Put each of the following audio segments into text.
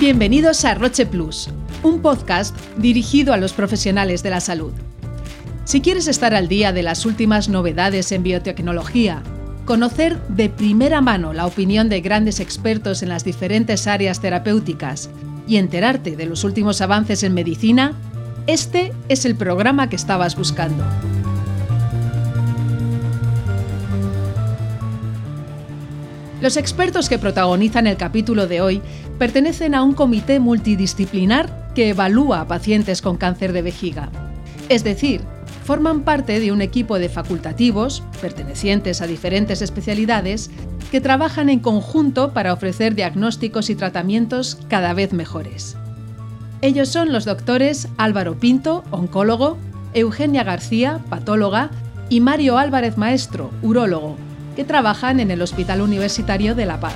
Bienvenidos a Roche Plus, un podcast dirigido a los profesionales de la salud. Si quieres estar al día de las últimas novedades en biotecnología, conocer de primera mano la opinión de grandes expertos en las diferentes áreas terapéuticas y enterarte de los últimos avances en medicina, este es el programa que estabas buscando. Los expertos que protagonizan el capítulo de hoy pertenecen a un comité multidisciplinar que evalúa a pacientes con cáncer de vejiga. Es decir, forman parte de un equipo de facultativos, pertenecientes a diferentes especialidades, que trabajan en conjunto para ofrecer diagnósticos y tratamientos cada vez mejores. Ellos son los doctores Álvaro Pinto, oncólogo, Eugenia García, patóloga, y Mario Álvarez Maestro, urólogo, que trabajan en el Hospital Universitario de La Paz.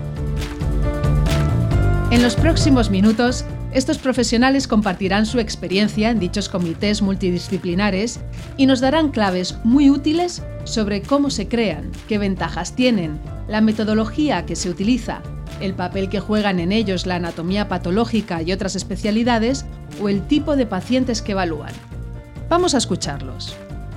En los próximos minutos, estos profesionales compartirán su experiencia en dichos comités multidisciplinares y nos darán claves muy útiles sobre cómo se crean, qué ventajas tienen, la metodología que se utiliza, el papel que juegan en ellos la anatomía patológica y otras especialidades o el tipo de pacientes que evalúan. Vamos a escucharlos.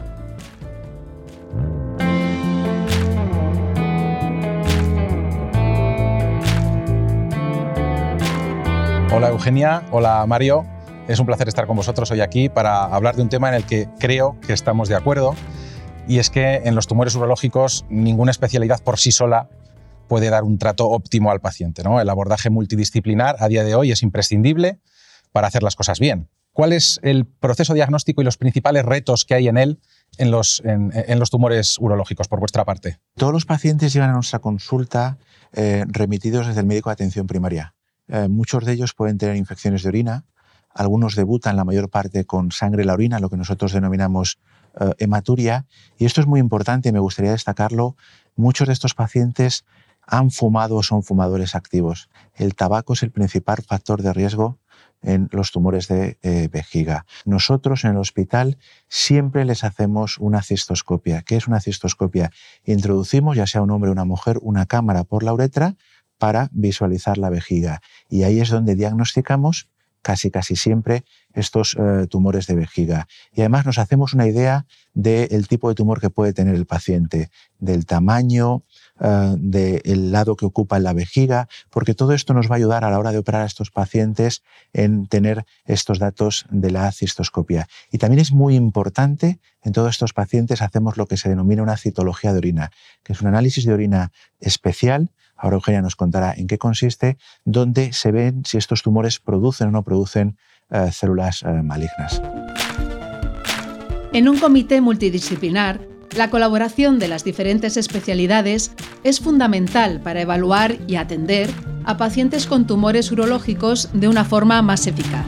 Hola Eugenia, hola Mario. Es un placer estar con vosotros hoy aquí para hablar de un tema en el que creo que estamos de acuerdo, y es que en los tumores urológicos ninguna especialidad por sí sola puede dar un trato óptimo al paciente, ¿no? El abordaje multidisciplinar a día de hoy es imprescindible para hacer las cosas bien. ¿Cuál es el proceso diagnóstico y los principales retos que hay en él en los tumores urológicos, por vuestra parte? Todos los pacientes llegan a nuestra consulta remitidos desde el médico de atención primaria. Muchos de ellos pueden tener infecciones de orina, algunos debutan la mayor parte con sangre en la orina, lo que nosotros denominamos hematuria, y esto es muy importante y me gustaría destacarlo. Muchos de estos pacientes han fumado o son fumadores activos. El tabaco es el principal factor de riesgo en los tumores de vejiga. Nosotros en el hospital siempre les hacemos una cistoscopia. ¿Qué es una cistoscopia? Introducimos, ya sea un hombre o una mujer, una cámara por la uretra para visualizar la vejiga. Y ahí es donde diagnosticamos casi siempre estos tumores de vejiga. Y además nos hacemos una idea del tipo de tumor que puede tener el paciente, del tamaño, del lado que ocupa en la vejiga, porque todo esto nos va a ayudar a la hora de operar a estos pacientes en tener estos datos de la cistoscopia. Y también es muy importante, en todos estos pacientes hacemos lo que se denomina una citología de orina, que es un análisis de orina especial. Ahora Eugenia nos contará en qué consiste, donde se ven si estos tumores producen o no producen células malignas. En un comité multidisciplinar, la colaboración de las diferentes especialidades es fundamental para evaluar y atender a pacientes con tumores urológicos de una forma más eficaz.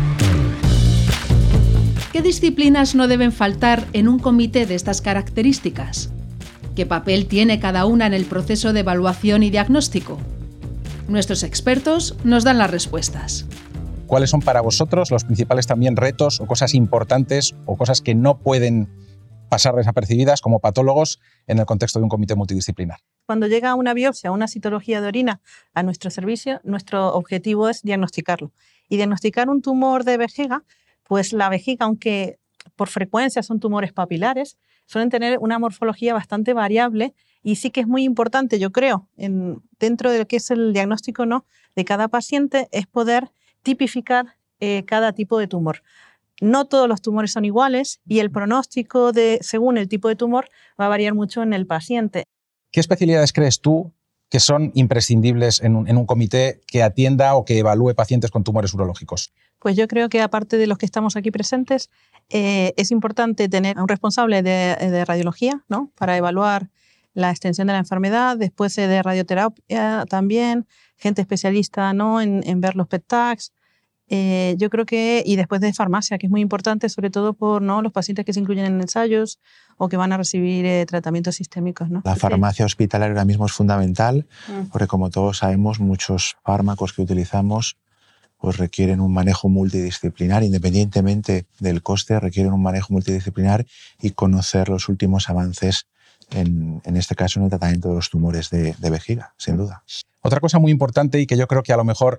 ¿Qué disciplinas no deben faltar en un comité de estas características? ¿Qué papel tiene cada una en el proceso de evaluación y diagnóstico? Nuestros expertos nos dan las respuestas. ¿Cuáles son para vosotros los principales también retos o cosas importantes o cosas que no pueden pasar desapercibidas como patólogos en el contexto de un comité multidisciplinar? Cuando llega una biopsia, una citología de orina a nuestro servicio, nuestro objetivo es diagnosticarlo. Y diagnosticar un tumor de vejiga, pues la vejiga, aunque por frecuencia son tumores papilares, suelen tener una morfología bastante variable, y sí que es muy importante, yo creo, dentro de lo que es el diagnóstico de cada paciente, es poder tipificar cada tipo de tumor. No todos los tumores son iguales y el pronóstico según el tipo de tumor va a variar mucho en el paciente. ¿Qué especialidades crees tú que son imprescindibles en un comité que atienda o que evalúe pacientes con tumores urológicos? Pues yo creo que aparte de los que estamos aquí presentes, es importante tener a un responsable de radiología, ¿no?, para evaluar la extensión de la enfermedad, después de radioterapia también, gente especialista, ¿no?, en ver los PET-TACs. Yo creo que, y después de farmacia, que es muy importante, sobre todo por los pacientes que se incluyen en ensayos o que van a recibir tratamientos sistémicos, ¿no? La farmacia hospitalaria ahora mismo es fundamental, porque como todos sabemos, muchos fármacos que utilizamos pues requieren un manejo multidisciplinar, independientemente del coste, requieren un manejo multidisciplinar y conocer los últimos avances en este caso en el tratamiento de los tumores de vejiga, sin duda. Otra cosa muy importante y que yo creo que a lo mejor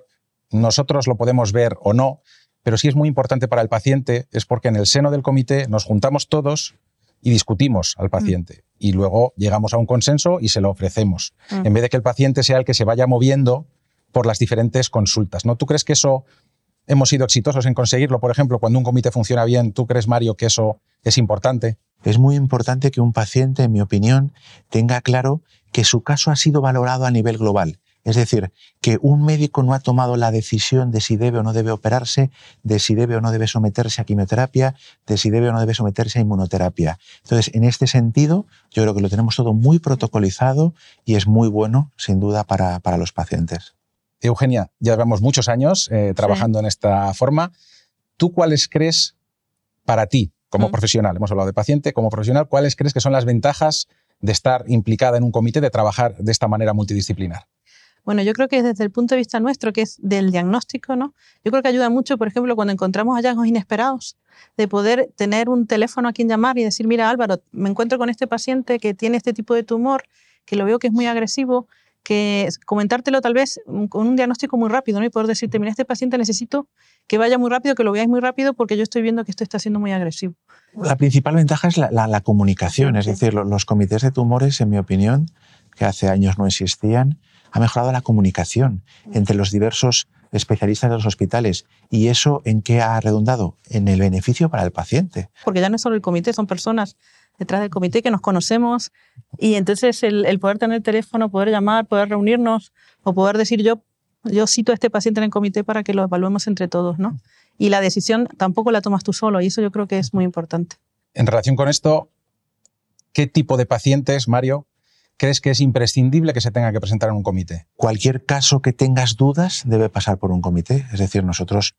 nosotros lo podemos ver o no, pero sí es muy importante para el paciente, es porque en el seno del comité nos juntamos todos y discutimos al paciente y luego llegamos a un consenso y se lo ofrecemos, en vez de que el paciente sea el que se vaya moviendo por las diferentes consultas, ¿no? ¿Tú crees que eso hemos sido exitosos en conseguirlo? Por ejemplo, cuando un comité funciona bien, ¿tú crees, Mario, que eso es importante? Es muy importante que un paciente, en mi opinión, tenga claro que su caso ha sido valorado a nivel global. Es decir, que un médico no ha tomado la decisión de si debe o no debe operarse, de si debe o no debe someterse a quimioterapia, de si debe o no debe someterse a inmunoterapia. Entonces, en este sentido, yo creo que lo tenemos todo muy protocolizado y es muy bueno, sin duda, para los pacientes. Eugenia, ya llevamos muchos años trabajando en esta forma. ¿Tú cuáles crees para ti, como profesional, hemos hablado de paciente, como profesional, cuáles crees que son las ventajas de estar implicada en un comité, de trabajar de esta manera multidisciplinar? Bueno, yo creo que desde el punto de vista nuestro, que es del diagnóstico, ¿no? Yo creo que ayuda mucho, por ejemplo, cuando encontramos hallazgos inesperados, de poder tener un teléfono a quien llamar y decir, mira, Álvaro, me encuentro con este paciente que tiene este tipo de tumor, que lo veo que es muy agresivo, que comentártelo tal vez con un diagnóstico muy rápido, ¿no? Y poder decirte, mira, este paciente necesito que vaya muy rápido, que lo veáis muy rápido, porque yo estoy viendo que esto está siendo muy agresivo. La principal ventaja es la comunicación, es decir, los comités de tumores, en mi opinión, que hace años no existían, ha mejorado la comunicación entre los diversos especialistas de los hospitales. ¿Y eso en qué ha redundado? En el beneficio para el paciente. Porque ya no es solo el comité, son personas detrás del comité que nos conocemos y entonces el poder tener el teléfono, poder llamar, poder reunirnos o poder decir yo cito a este paciente en el comité para que lo evaluemos entre todos, ¿no? Y la decisión tampoco la tomas tú solo y eso yo creo que es muy importante. En relación con esto, ¿qué tipo de pacientes, Mario, crees que es imprescindible que se tenga que presentar en un comité? Cualquier caso que tengas dudas debe pasar por un comité. Es decir, nosotros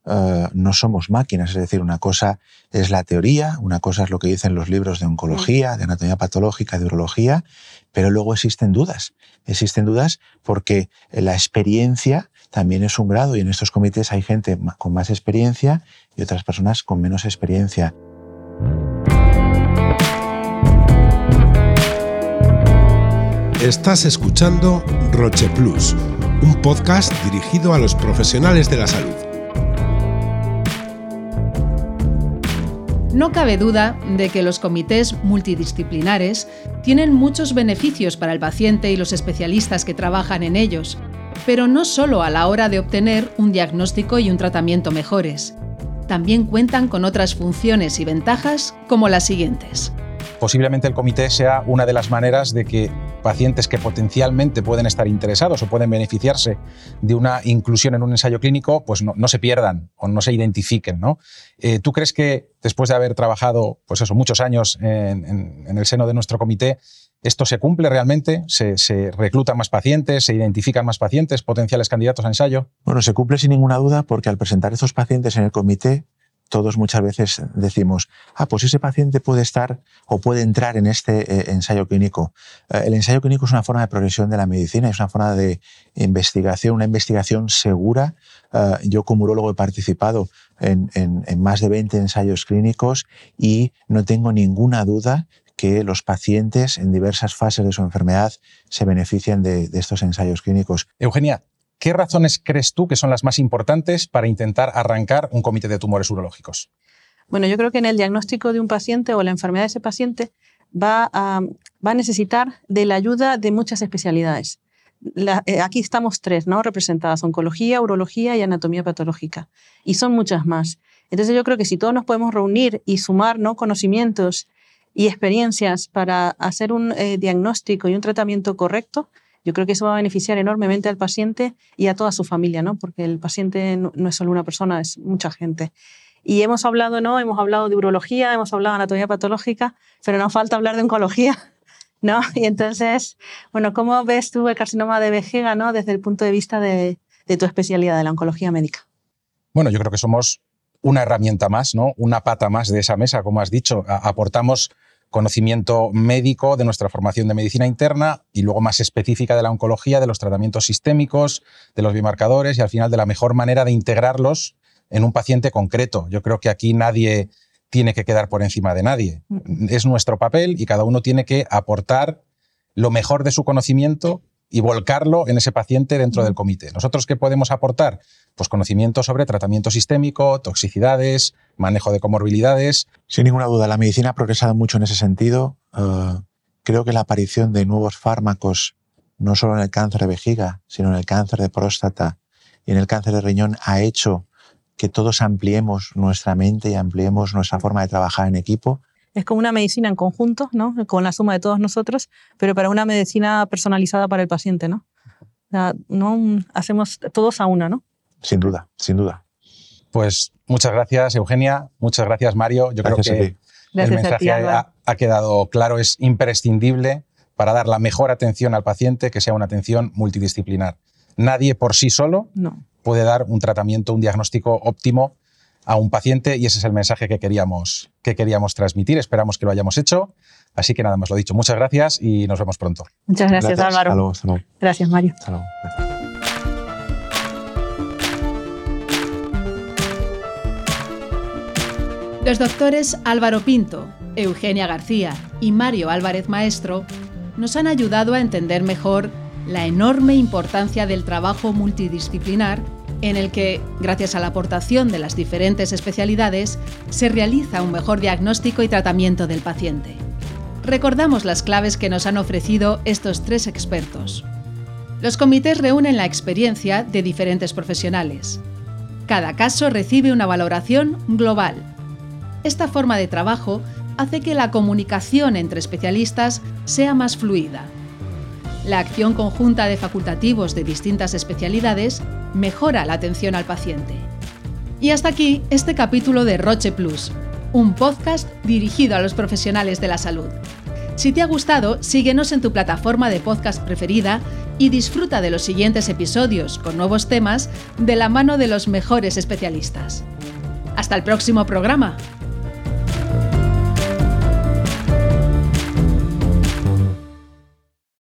no somos máquinas. Es decir, una cosa es la teoría, una cosa es lo que dicen los libros de oncología, de anatomía patológica, de urología, pero luego existen dudas. Existen dudas porque la experiencia también es un grado y en estos comités hay gente con más experiencia y otras personas con menos experiencia. Estás escuchando Roche Plus, un podcast dirigido a los profesionales de la salud. No cabe duda de que los comités multidisciplinares tienen muchos beneficios para el paciente y los especialistas que trabajan en ellos, pero no solo a la hora de obtener un diagnóstico y un tratamiento mejores. También cuentan con otras funciones y ventajas como las siguientes. Posiblemente el comité sea una de las maneras de que pacientes que potencialmente pueden estar interesados o pueden beneficiarse de una inclusión en un ensayo clínico, pues no se pierdan o no se identifiquen, ¿no? ¿Tú crees que después de haber trabajado muchos años en el seno de nuestro comité, esto se cumple realmente? ¿Se reclutan más pacientes? ¿Se identifican más pacientes potenciales candidatos a ensayo? Bueno, se cumple sin ninguna duda porque al presentar estos pacientes en el comité, todos muchas veces decimos, pues ese paciente puede estar o puede entrar en este ensayo clínico. El ensayo clínico es una forma de progresión de la medicina, es una forma de investigación, una investigación segura. Yo como urólogo he participado en más de 20 ensayos clínicos y no tengo ninguna duda que los pacientes en diversas fases de su enfermedad se benefician de estos ensayos clínicos. Eugenia, ¿qué razones crees tú que son las más importantes para intentar arrancar un comité de tumores urológicos? Bueno, yo creo que en el diagnóstico de un paciente o la enfermedad de ese paciente va a necesitar de la ayuda de muchas especialidades. Aquí estamos 3, ¿no?, representadas: oncología, urología y anatomía patológica. Y son muchas más. Entonces yo creo que si todos nos podemos reunir y sumar, ¿no?, conocimientos y experiencias para hacer un diagnóstico y un tratamiento correcto, yo creo que eso va a beneficiar enormemente al paciente y a toda su familia, ¿no? Porque el paciente no es solo una persona, es mucha gente. Y hemos hablado de urología, hemos hablado de anatomía patológica, pero nos falta hablar de oncología, ¿no? Y entonces, bueno, ¿cómo ves tú el carcinoma de vejiga, ¿no?, desde el punto de vista de tu especialidad, de la oncología médica? Bueno, yo creo que somos una herramienta más, ¿no?, una pata más de esa mesa, como has dicho. Aportamos conocimiento médico de nuestra formación de medicina interna y luego más específica de la oncología, de los tratamientos sistémicos, de los biomarcadores y al final de la mejor manera de integrarlos en un paciente concreto. Yo creo que aquí nadie tiene que quedar por encima de nadie. Es nuestro papel y cada uno tiene que aportar lo mejor de su conocimiento y volcarlo en ese paciente dentro del comité. ¿Nosotros qué podemos aportar? Pues conocimiento sobre tratamiento sistémico, toxicidades, manejo de comorbilidades. Sin ninguna duda, la medicina ha progresado mucho en ese sentido. Creo que la aparición de nuevos fármacos, no solo en el cáncer de vejiga, sino en el cáncer de próstata y en el cáncer de riñón, ha hecho que todos ampliemos nuestra mente y ampliemos nuestra forma de trabajar en equipo. Es como una medicina en conjunto, ¿no? Con la suma de todos nosotros, pero para una medicina personalizada para el paciente, ¿no? O sea, no hacemos todos a una, ¿no? Sin duda, sin duda. Pues muchas gracias, Eugenia. Muchas gracias, Mario. Yo Gracias creo que el mensaje ha quedado claro. Es imprescindible para dar la mejor atención al paciente que sea una atención multidisciplinar. Nadie por sí solo puede dar un tratamiento, un diagnóstico óptimo a un paciente, y ese es el mensaje que queríamos transmitir. Esperamos que lo hayamos hecho. Así que nada más, lo dicho. Muchas gracias y nos vemos pronto. Muchas gracias, Álvaro. Hasta luego. Gracias, Mario. Hasta luego. Los doctores Álvaro Pinto, Eugenia García y Mario Álvarez Maestro nos han ayudado a entender mejor la enorme importancia del trabajo multidisciplinar en el que, gracias a la aportación de las diferentes especialidades, se realiza un mejor diagnóstico y tratamiento del paciente. Recordamos las claves que nos han ofrecido estos 3 expertos. Los comités reúnen la experiencia de diferentes profesionales. Cada caso recibe una valoración global. Esta forma de trabajo hace que la comunicación entre especialistas sea más fluida. La acción conjunta de facultativos de distintas especialidades mejora la atención al paciente. Y hasta aquí este capítulo de Roche Plus, un podcast dirigido a los profesionales de la salud. Si te ha gustado, síguenos en tu plataforma de podcast preferida y disfruta de los siguientes episodios con nuevos temas de la mano de los mejores especialistas. ¡Hasta el próximo programa!